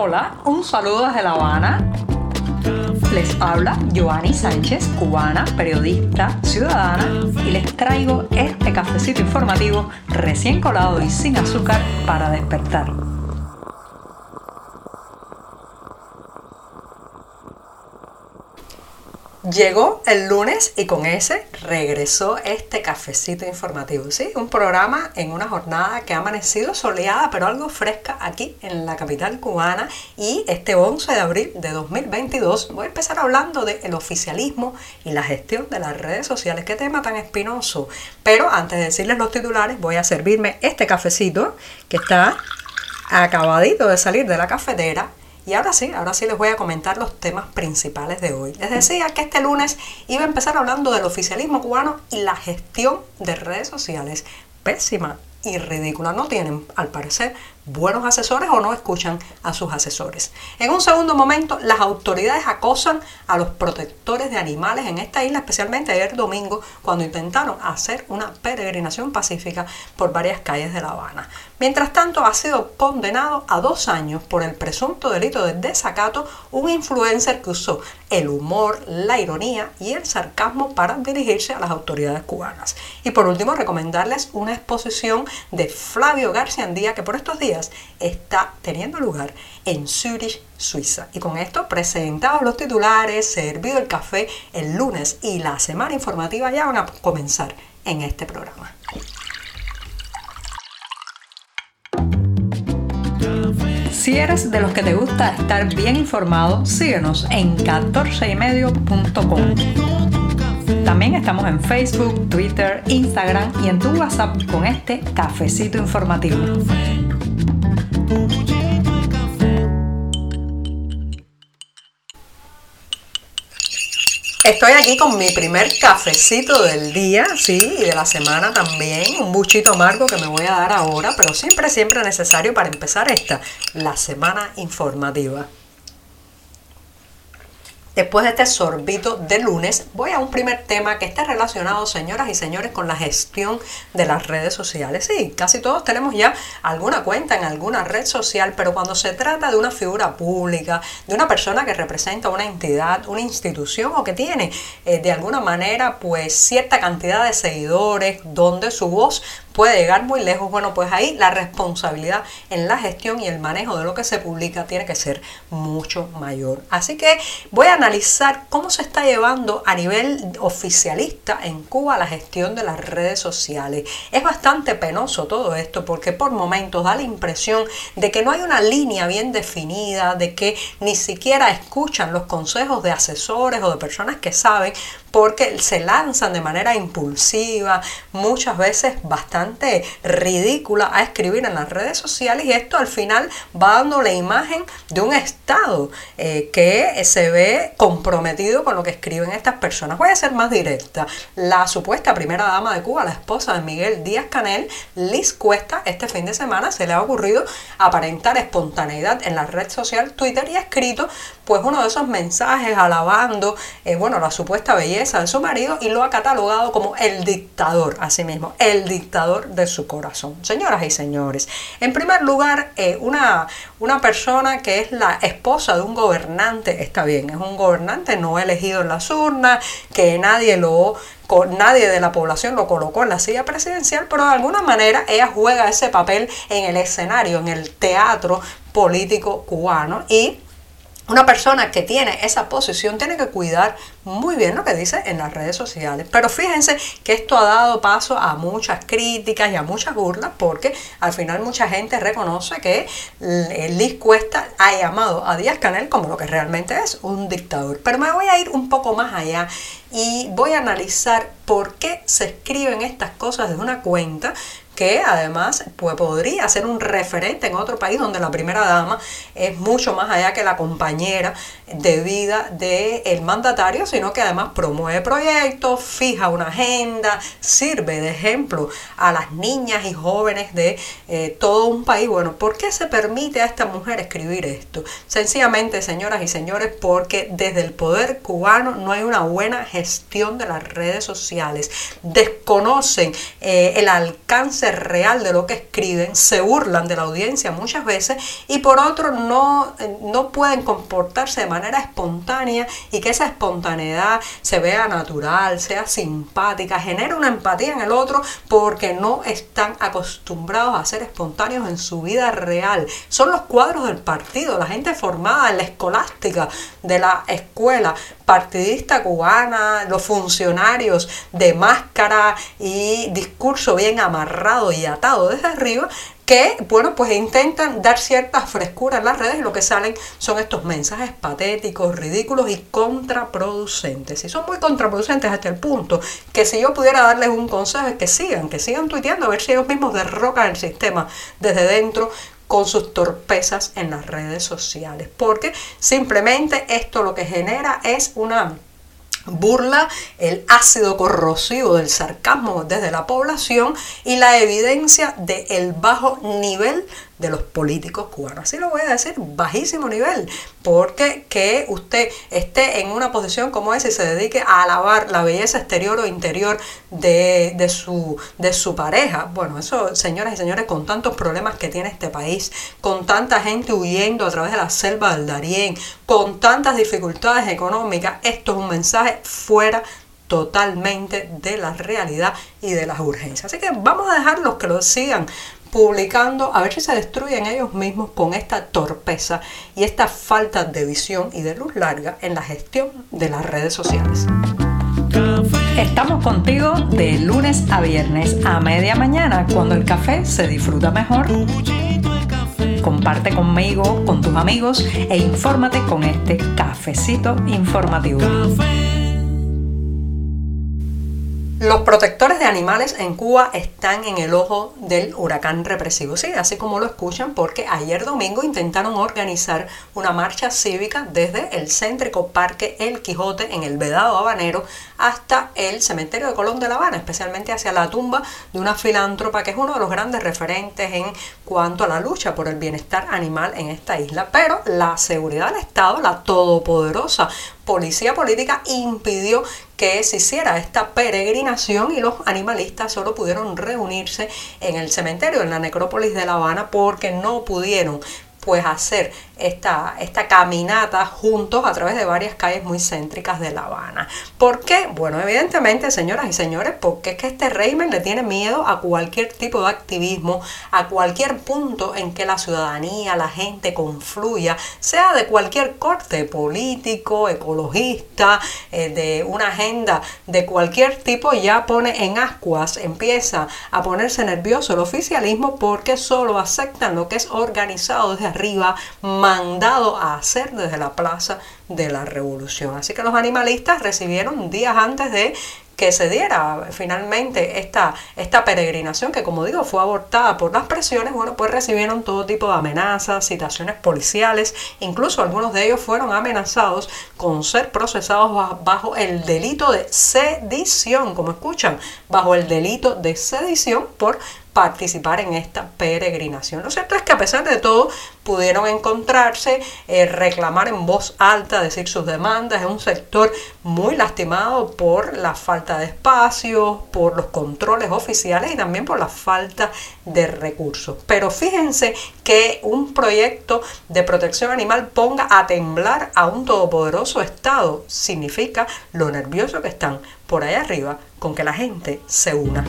Hola, un saludo desde La Habana. Les habla Joanny Sánchez, cubana, periodista, ciudadana, y les traigo este cafecito informativo recién colado y sin azúcar para despertar. Llegó el lunes y con ese regresó este cafecito informativo, ¿sí? Un programa en una jornada que ha amanecido soleada pero algo fresca aquí en la capital cubana, y este 11 de abril de 2022 voy a empezar hablando del oficialismo y la gestión de las redes sociales. Qué tema tan espinoso. Pero antes de decirles los titulares, voy a servirme este cafecito que está acabadito de salir de la cafetera. Y ahora sí les voy a comentar los temas principales de hoy. Les decía que este lunes iba a empezar hablando del oficialismo cubano y la gestión de redes sociales. Pésima y ridícula. No tienen, al parecer, buenos asesores o no escuchan a sus asesores. En un segundo momento, las autoridades acosan a los protectores de animales en esta isla, especialmente ayer domingo, cuando intentaron hacer una peregrinación pacífica por varias calles de La Habana. Mientras tanto, ha sido condenado a 2 años por el presunto delito de desacato un influencer que usó el humor, la ironía y el sarcasmo para dirigirse a las autoridades cubanas. Y por último, recomendarles una exposición de Flavio Garciandía que por estos días está teniendo lugar en Zurich, Suiza. Y con esto, presentados los titulares, servido el café, el lunes y la semana informativa ya van a comenzar en este programa. Si eres de los que te gusta estar bien informado, síguenos en 14ymedio.com. También estamos en Facebook, Twitter, Instagram y en tu WhatsApp con este cafecito informativo. Estoy aquí con mi primer cafecito del día, sí, y de la semana también, un buchito amargo que me voy a dar ahora, pero siempre necesario para empezar la semana informativa. Después de este sorbito de lunes, voy a un primer tema que está relacionado, señoras y señores, con la gestión de las redes sociales. Sí, casi todos tenemos ya alguna cuenta en alguna red social, pero cuando se trata de una figura pública, de una persona que representa una entidad, una institución o que tiene de alguna manera pues cierta cantidad de seguidores, donde su voz puede llegar muy lejos, bueno, pues ahí la responsabilidad en la gestión y el manejo de lo que se publica tiene que ser mucho mayor. Así que voy a analizar cómo se está llevando a nivel oficialista en Cuba la gestión de las redes sociales. Es bastante penoso todo esto porque por momentos da la impresión de que no hay una línea bien definida, de que ni siquiera escuchan los consejos de asesores o de personas que saben, porque se lanzan de manera impulsiva, muchas veces bastante ridícula, a escribir en las redes sociales, y esto al final va dando la imagen de un Estado que se ve comprometido con lo que escriben estas personas. Voy a ser más directa. La supuesta primera dama de Cuba, la esposa de Miguel Díaz-Canel, Liz Cuesta, este fin de semana se le ha ocurrido aparentar espontaneidad en la red social Twitter y ha escrito pues uno de esos mensajes alabando la supuesta belleza de su marido, y lo ha catalogado como el dictador, así mismo, el dictador de su corazón. Señoras y señores, en primer lugar, una persona que es la esposa de un gobernante, está bien, es un gobernante no elegido en las urnas, que nadie de la población lo colocó en la silla presidencial, pero de alguna manera ella juega ese papel en el escenario, en el teatro político cubano, y una persona que tiene esa posición tiene que cuidar muy bien lo que dice en las redes sociales. Pero fíjense que esto ha dado paso a muchas críticas y a muchas burlas, porque al final mucha gente reconoce que Liz Cuesta ha llamado a Díaz-Canel como lo que realmente es, un dictador. Pero me voy a ir un poco más allá y voy a analizar por qué se escriben estas cosas desde una cuenta que además pues, podría ser un referente en otro país donde la primera dama es mucho más allá que la compañera de vida del mandatario, sino que además promueve proyectos, fija una agenda, sirve de ejemplo a las niñas y jóvenes de todo un país. Bueno, ¿por qué se permite a esta mujer escribir esto? Sencillamente, señoras y señores, porque desde el poder cubano no hay una buena gestión de las redes sociales. Desconocen el alcance alcance real de lo que escriben, se burlan de la audiencia muchas veces y por otro no pueden comportarse de manera espontánea y que esa espontaneidad se vea natural, sea simpática, genere una empatía en el otro porque no están acostumbrados a ser espontáneos en su vida real. Son los cuadros del partido, la gente formada en la escolástica de la escuela partidista cubana, los funcionarios de máscara y discurso bien amarrado y atado desde arriba, que, bueno, pues intentan dar cierta frescura en las redes y lo que salen son estos mensajes patéticos, ridículos y contraproducentes. Y son muy contraproducentes hasta el punto que si yo pudiera darles un consejo es que sigan tuiteando a ver si ellos mismos derrocan el sistema desde dentro con sus torpezas en las redes sociales, porque simplemente esto lo que genera es una burla, el ácido corrosivo del sarcasmo desde la población y la evidencia del bajo nivel de los políticos cubanos. Así lo voy a decir, bajísimo nivel, porque que usted esté en una posición como esa y se dedique a alabar la belleza exterior o interior de su pareja. Bueno, eso, señoras y señores, con tantos problemas que tiene este país, con tanta gente huyendo a través de la selva del Darién, con tantas dificultades económicas, esto es un mensaje fuera totalmente de la realidad y de las urgencias. Así que vamos a dejarlos que lo sigan publicando, a ver si se destruyen ellos mismos con esta torpeza y esta falta de visión y de luz larga en la gestión de las redes sociales. Estamos contigo de lunes a viernes a media mañana, cuando el café se disfruta mejor. Comparte conmigo, con tus amigos e infórmate con este cafecito informativo. Los protectores de animales en Cuba están en el ojo del huracán represivo. Sí, así como lo escuchan, porque ayer domingo intentaron organizar una marcha cívica desde el céntrico Parque El Quijote en el Vedado Habanero hasta el cementerio de Colón de La Habana, especialmente hacia la tumba de una filántropa que es uno de los grandes referentes en cuanto a la lucha por el bienestar animal en esta isla. Pero la seguridad del Estado, la todopoderosa policía política, impidió que se hiciera esta peregrinación y los animalistas solo pudieron reunirse en el cementerio, en la necrópolis de La Habana, porque no pudieron pues hacer esta caminata juntos a través de varias calles muy céntricas de La Habana. ¿Por qué? Bueno, evidentemente, señoras y señores, porque es que este régimen le tiene miedo a cualquier tipo de activismo, a cualquier punto en que la ciudadanía, la gente confluya, sea de cualquier corte, político, ecologista, de una agenda de cualquier tipo, ya pone en ascuas, empieza a ponerse nervioso el oficialismo porque solo aceptan lo que es organizado desde arriba, mandado a hacer desde la Plaza de la Revolución. Así que los animalistas recibieron días antes de que se diera finalmente esta peregrinación, que como digo fue abortada por las presiones, bueno, pues recibieron todo tipo de amenazas, citaciones policiales, incluso algunos de ellos fueron amenazados con ser procesados bajo el delito de sedición, como escuchan, bajo el delito de sedición por participar en esta peregrinación. Lo cierto es que a pesar de todo pudieron encontrarse, reclamar en voz alta, decir sus demandas. Es un sector muy lastimado por la falta de espacios, por los controles oficiales y también por la falta de recursos. Pero fíjense que un proyecto de protección animal ponga a temblar a un todopoderoso Estado significa lo nervioso que están por allá arriba con que la gente se una.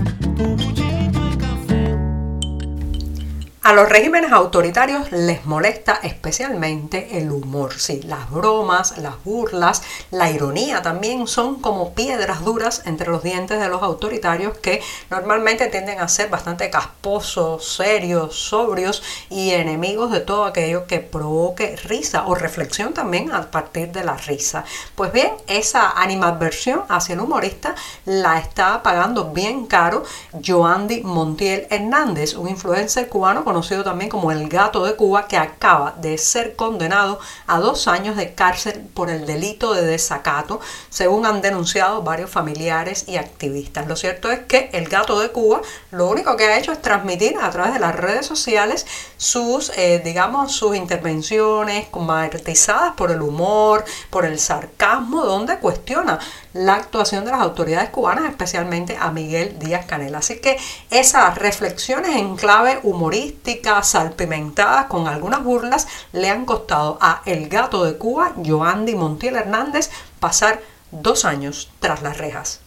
A los regímenes autoritarios les molesta especialmente el humor, sí, las bromas, las burlas, la ironía también son como piedras duras entre los dientes de los autoritarios, que normalmente tienden a ser bastante casposos, serios, sobrios y enemigos de todo aquello que provoque risa o reflexión también a partir de la risa. Pues bien, esa animadversión hacia el humorista la está pagando bien caro Joandy Montiel Hernández, un influencer cubano conocido también como el Gato de Cuba, que acaba de ser condenado a 2 años de cárcel por el delito de desacato, según han denunciado varios familiares y activistas. Lo cierto es que el Gato de Cuba lo único que ha hecho es transmitir a través de las redes sociales sus intervenciones martizadas por el humor, por el sarcasmo, donde cuestiona la actuación de las autoridades cubanas, especialmente a Miguel Díaz-Canel. Así que esas reflexiones en clave humorística, salpimentadas con algunas burlas, le han costado a el gato de Cuba, Yoandi Montiel Hernández, pasar 2 años tras las rejas.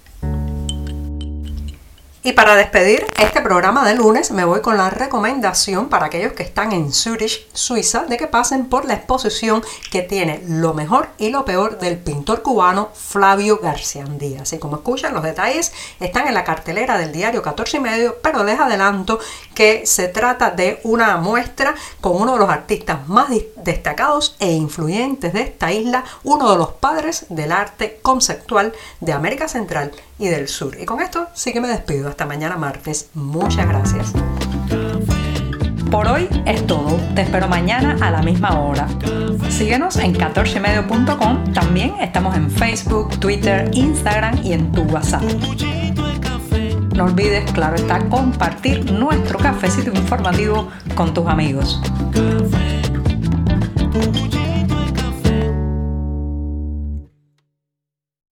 Y para despedir este programa de lunes me voy con la recomendación para aquellos que están en Zurich, Suiza, de que pasen por la exposición que tiene lo mejor y lo peor del pintor cubano Flavio García-Díaz. Así como escuchan, los detalles están en la cartelera del diario 14 y medio, pero les adelanto que se trata de una muestra con uno de los artistas más destacados e influyentes de esta isla, uno de los padres del arte conceptual de América Central y del Sur. Y con esto sí que me despido. Hasta mañana martes. Muchas gracias. Por hoy es todo. Te espero mañana a la misma hora. Síguenos en 14medio.com. También estamos en Facebook, Twitter, Instagram y en tu WhatsApp. No olvides, claro está, compartir nuestro cafecito informativo con tus amigos.